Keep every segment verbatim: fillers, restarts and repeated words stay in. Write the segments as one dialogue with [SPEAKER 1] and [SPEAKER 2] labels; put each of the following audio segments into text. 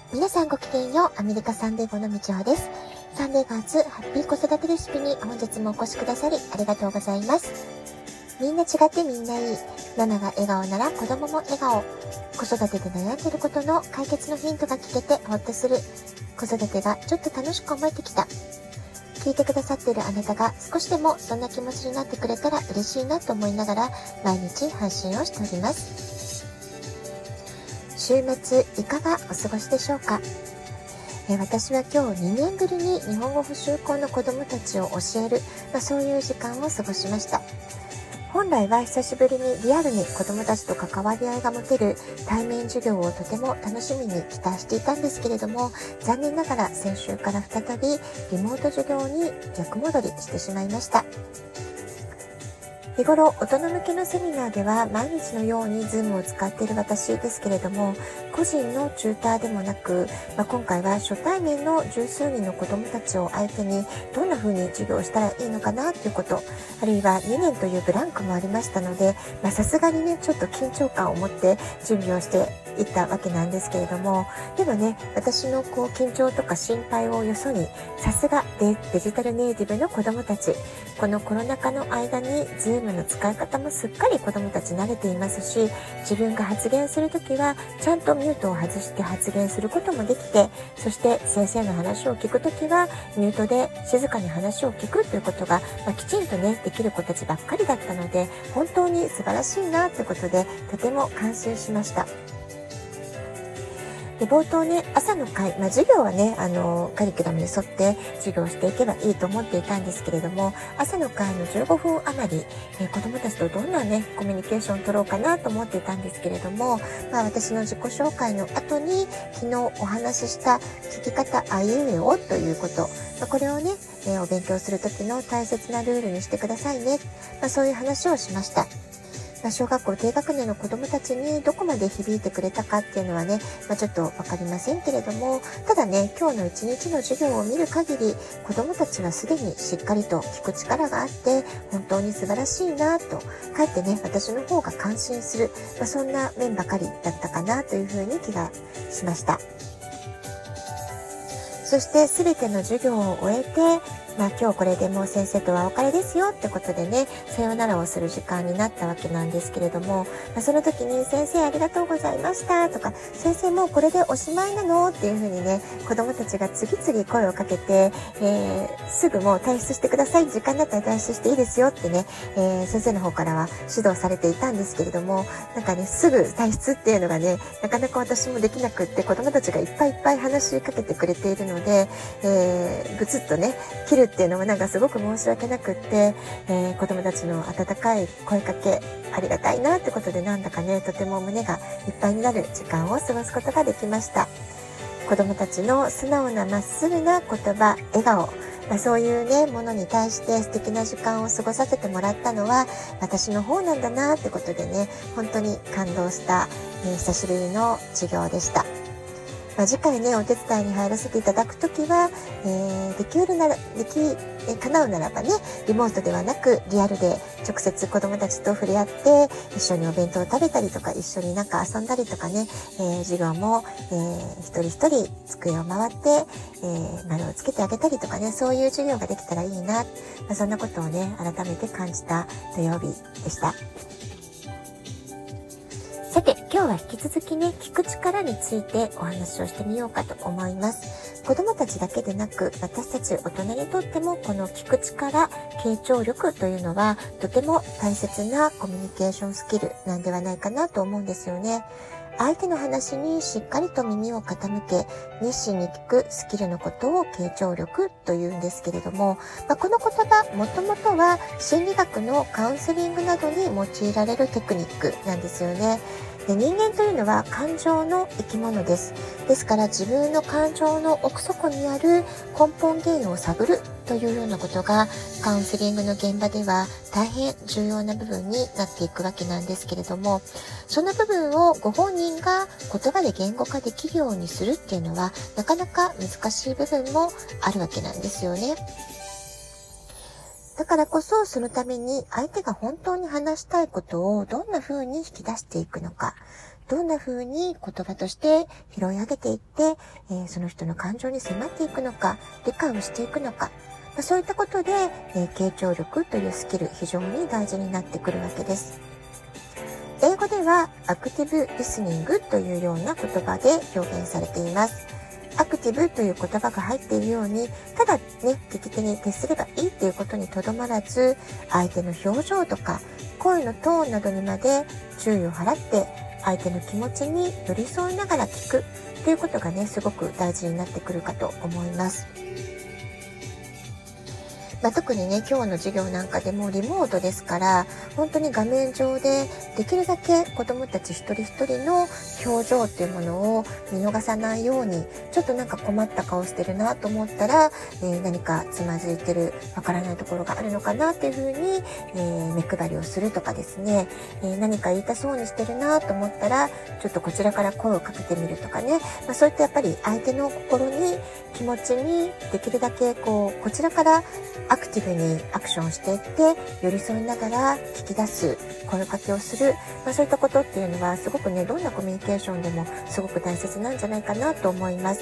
[SPEAKER 1] 皆さんごきげんよう。アメリカサンデーゴのみちほです。サンデーガーズハッピー子育てレシピに本日もお越しくださりありがとうございます。みんな違ってみんないい。ママが笑顔なら子供も笑顔。子育てで悩んでることの解決のヒントが聞けてほっとする。子育てがちょっと楽しく思えてきた。聞いてくださっているあなたが少しでもそんな気持ちになってくれたら嬉しいなと思いながら毎日配信をしております。週末いかがお過ごしでしょうか。え私は今日にねんぶりに日本語補習校の子どもたちを教える、まあ、そういう時間を過ごしました。本来は久しぶりにリアルに子どもたちと関わり合いが持てる対面授業をとても楽しみに期待していたんですけれども、残念ながら先週から再びリモート授業に逆戻りしてしまいました。日頃大人向けのセミナーでは毎日のように Zoom を使っている私ですけれども、個人のチューターでもなく、まあ、今回は初対面の十数人の子どもたちを相手にどんな風に授業をしたらいいのかなということ、あるいはにねんというブランクもありましたので、さすがにねちょっと緊張感を持って準備をしていったわけなんですけれども、でもね私のこう緊張とか心配をよそに、さすがデジタルネイティブの子どもたち、このコロナ禍の間に Zoomの使い方もすっかり子どもたち慣れていますし、自分が発言するときはちゃんとミュートを外して発言することもできて、そして先生の話を聞くときはミュートで静かに話を聞くということが、まあ、きちんとねできる子たちばっかりだったので、本当に素晴らしいなということでとても感心しました。で冒頭ね朝の会、まあ、授業はねあのカリキュラムに沿って授業をしていけばいいと思っていたんですけれども、朝の会のじゅうごふん余り、えー、子どもたちとどんなねコミュニケーションを取ろうかなと思っていたんですけれども、まあ、私の自己紹介の後に昨日お話しした聞き方あいうえおということ、まあ、これをね、えー、お勉強する時の大切なルールにしてくださいね、まあ、そういう話をしました。まあ、小学校低学年の子どもたちにどこまで響いてくれたかっていうのはね、まあ、ちょっとわかりませんけれども、ただね今日の一日の授業を見る限り子どもたちはすでにしっかりと聞く力があって本当に素晴らしいなと、かえってね私の方が感心する、まあ、そんな面ばかりだったかなというふうに気がしました。そして全ての授業を終えて、まあ今日これでもう先生とはお別れですよってことでね、さよならをする時間になったわけなんですけれども、まあ、その時に先生ありがとうございましたとか、先生もうこれでおしまいなのっていう風にね、子供たちが次々声をかけて、えー、すぐもう退出してください、時間だったら退出していいですよってね、えー、先生の方からは指導されていたんですけれども、なんかね、すぐ退出っていうのがね、なかなか私もできなくって、子供たちがいっぱいいっぱい話しかけてくれているので、えー、ブツッとね、切るっていうのもなんかすごく申し訳なくって、えー、子供たちの温かい声かけありがたいなってことで、なんだかねとても胸がいっぱいになる時間を過ごすことができました。子供たちの素直なまっすぐな言葉、笑顔、まあ、そういうねものに対して素敵な時間を過ごさせてもらったのは私の方なんだなってことでね、本当に感動した、えー、久しぶりの授業でした。まあ、次回ねお手伝いに入らせていただくときは、えー、できるならできえ叶うならばねリモートではなくリアルで直接子どもたちと触れ合って一緒にお弁当を食べたりとか、一緒になんか遊んだりとかね、えー、授業も、えー、一人一人机を回って、えー、丸をつけてあげたりとかね、そういう授業ができたらいいな、まあ、そんなことをね改めて感じた土曜日でした。さて今日は引き続きね聞く力についてお話をしてみようかと思います。子どもたちだけでなく私たち大人にとってもこの聞く力、傾聴力というのはとても大切なコミュニケーションスキルなんではないかなと思うんですよね。相手の話にしっかりと耳を傾け熱心に聞くスキルのことを傾聴力というんですけれども、まあ、この言葉もともとは心理学のカウンセリングなどに用いられるテクニックなんですよね。で人間というのは感情の生き物です。ですから自分の感情の奥底にある根本原因を探るというようなことがカウンセリングの現場では大変重要な部分になっていくわけなんですけれども、その部分をご本人が言葉で言語化できるようにするっていうのはなかなか難しい部分もあるわけなんですよね。だからこそそのために相手が本当に話したいことをどんな風に引き出していくのかどんな風に言葉として拾い上げていって、えー、その人の感情に迫っていくのか、理解をしていくのか、まあ、そういったことで、えー、傾聴力というスキル非常に大事になってくるわけです。英語ではアクティブリスニングというような言葉で表現されています。アクティブという言葉が入っているように、ただね、聞き手に徹すればいいということにとどまらず、相手の表情とか声のトーンなどにまで注意を払って相手の気持ちに寄り添いながら聞くということがね、すごく大事になってくるかと思います。まあ、特にね、今日の授業なんかでもリモートですから、本当に画面上でできるだけ子どもたち一人一人の表情っていうものを見逃さないように、ちょっとなんか困った顔してるなと思ったら、えー、何かつまずいてる、わからないところがあるのかなっていうふうに、えー、目配りをするとかですね、えー、何か言いたそうにしてるなと思ったら、ちょっとこちらから声をかけてみるとかね、まあ、そういったやっぱり相手の心に、気持ちにできるだけこう、こちらからアクティブにアクションしていって寄り添いながら聞き出す、声かけをする、まあ、そういったことっていうのはすごくね、どんなコミュニケーションでもすごく大切なんじゃないかなと思います。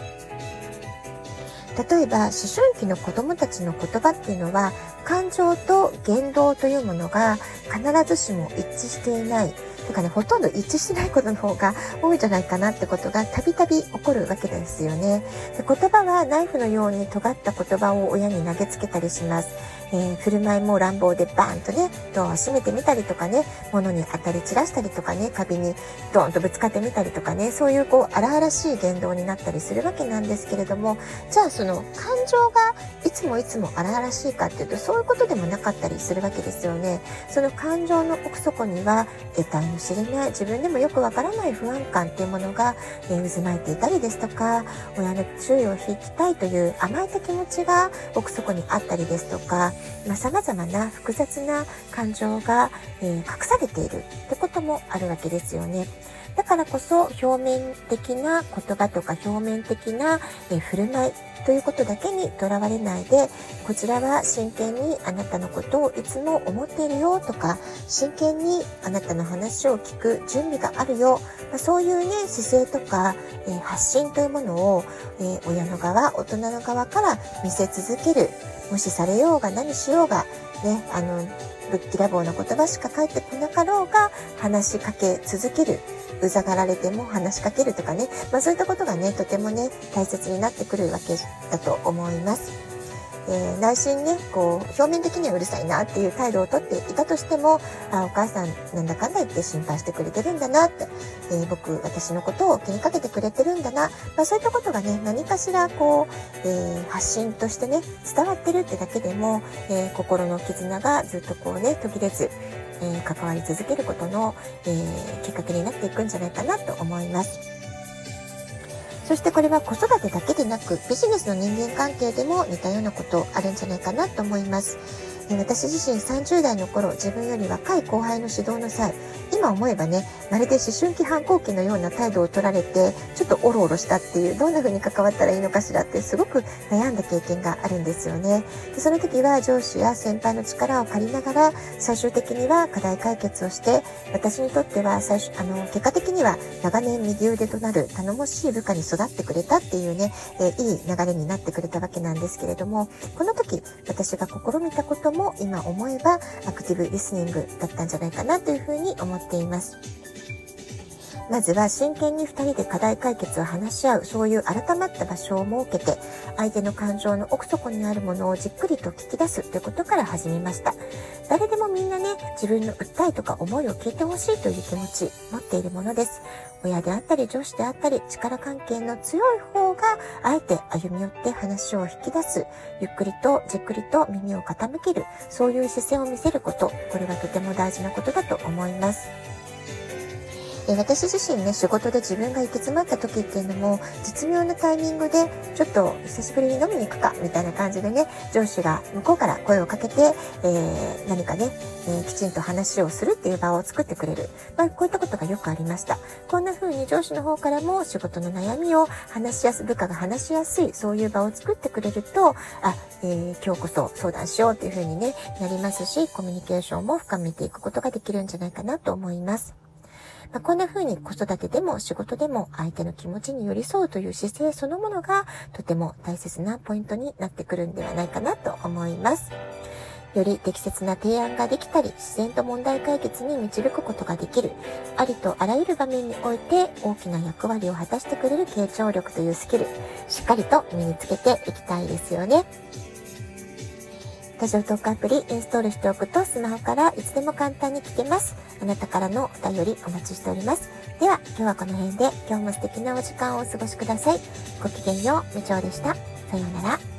[SPEAKER 1] 例えば思春期の子どもたちの言葉っていうのは、感情と言動というものが必ずしも一致していない、というかね、ほとんど一致してないことの方が多いんじゃないかなってことがたびたび起こるわけですよね。で、言葉はナイフのように尖った言葉を親に投げつけたりします。えー、振る舞いも乱暴でバーンとね、ドアを閉めてみたりとかね、物に当たり散らしたりとかね、壁にドーンとぶつかってみたりとかね、そういうこう荒々しい言動になったりするわけなんですけれども、じゃあその感情がいつもいつも荒々しいかっていうと、そういうことでもなかったりするわけですよね。その感情の奥底には得体の知れない、自分でもよくわからない不安感っていうものが、えー、渦巻いていたりですとか、親の注意を引きたいという甘えた気持ちが奥底にあったりですとか、まあ、様々な複雑な感情が、えー、隠されているってこともあるわけですよね。だからこそ表面的な言葉とか表面的な、えー、振る舞いということだけにとらわれないで、こちらは真剣にあなたのことをいつも思っているよとか、真剣にあなたの話を聞く準備があるよ、まあ、そういうね、姿勢とか、えー、発信というものを、えー、親の側、大人の側から見せ続ける。無視されようが何しようが、ね、あの、ぶっきらぼうな言葉しか返ってこなかろうが、話しかけ続ける。うざがられても話しかけるとかね、まあそういったことがね、とてもね、大切になってくるわけだと思います。えー、内心ね、こう、表面的にはうるさいなっていう態度をとっていたとしても、あ、お母さんなんだかんだ言って心配してくれてるんだなって、えー、僕、私のことを気にかけてくれてるんだな、まあそういったことがね、何かしらこう、えー、発信としてね、伝わってるってだけでも、えー、心の絆がずっとこうね、途切れず、えー、関わり続けることの、えー、きっかけになっていくんじゃないかなと思います。そしてこれは子育てだけでなく、ビジネスの人間関係でも似たようなことあるんじゃないかなと思います。私自身さんじゅう代の頃、自分より若い後輩の指導の際、今思えばね、まるで思春期反抗期のような態度を取られて、ちょっとオロオロしたっていう、どんな風に関わったらいいのかしらってすごく悩んだ経験があるんですよね。でその時は上司や先輩の力を借りながら、最終的には課題解決をして、私にとっては最初、あの、結果的には長年右腕となる頼もしい部下に育ってくれたっていうね、えー、いい流れになってくれたわけなんですけれども、この時、私が試みたことも今思えばアクティブリスニングだったんじゃないかなというふうに思っています。まずは真剣にふたりで課題解決を話し合う、そういう改まった場所を設けて、相手の感情の奥底にあるものをじっくりと聞き出すということから始めました。誰でもみんなね、自分の訴えとか思いを聞いてほしいという気持ち持っているものです。親であったり上司であったり、力関係の強い方があえて歩み寄って話を引き出す、ゆっくりとじっくりと耳を傾ける、そういう姿勢を見せること、これはとても大事なことだと思います。え私自身ね、仕事で自分が行き詰まった時っていうのも、絶妙なタイミングで、ちょっと久しぶりに飲みに行くか、みたいな感じでね、上司が向こうから声をかけて、えー、何かね、えー、きちんと話をするっていう場を作ってくれる。まあ、こういったことがよくありました。こんな風に上司の方からも仕事の悩みを話しやす、部下が話しやすい、そういう場を作ってくれると、あ、えー、今日こそ相談しようっていう風にね、なりますし、コミュニケーションも深めていくことができるんじゃないかなと思います。 まあ、こんな風に子育てでも仕事でも相手の気持ちに寄り添うという姿勢そのものがとても大切なポイントになってくるんではないかなと思います。より適切な提案ができたり、自然と問題解決に導くことができる、ありとあらゆる場面において大きな役割を果たしてくれる傾聴力というスキル、しっかりと身につけていきたいですよね。ラジオトークアプリインストールしておくとスマホからいつでも簡単に聞けます。あなたからのお便りお待ちしております。では今日はこの辺で、今日も素敵なお時間をお過ごしください。ごきげんよう、みちょうでした。さようなら。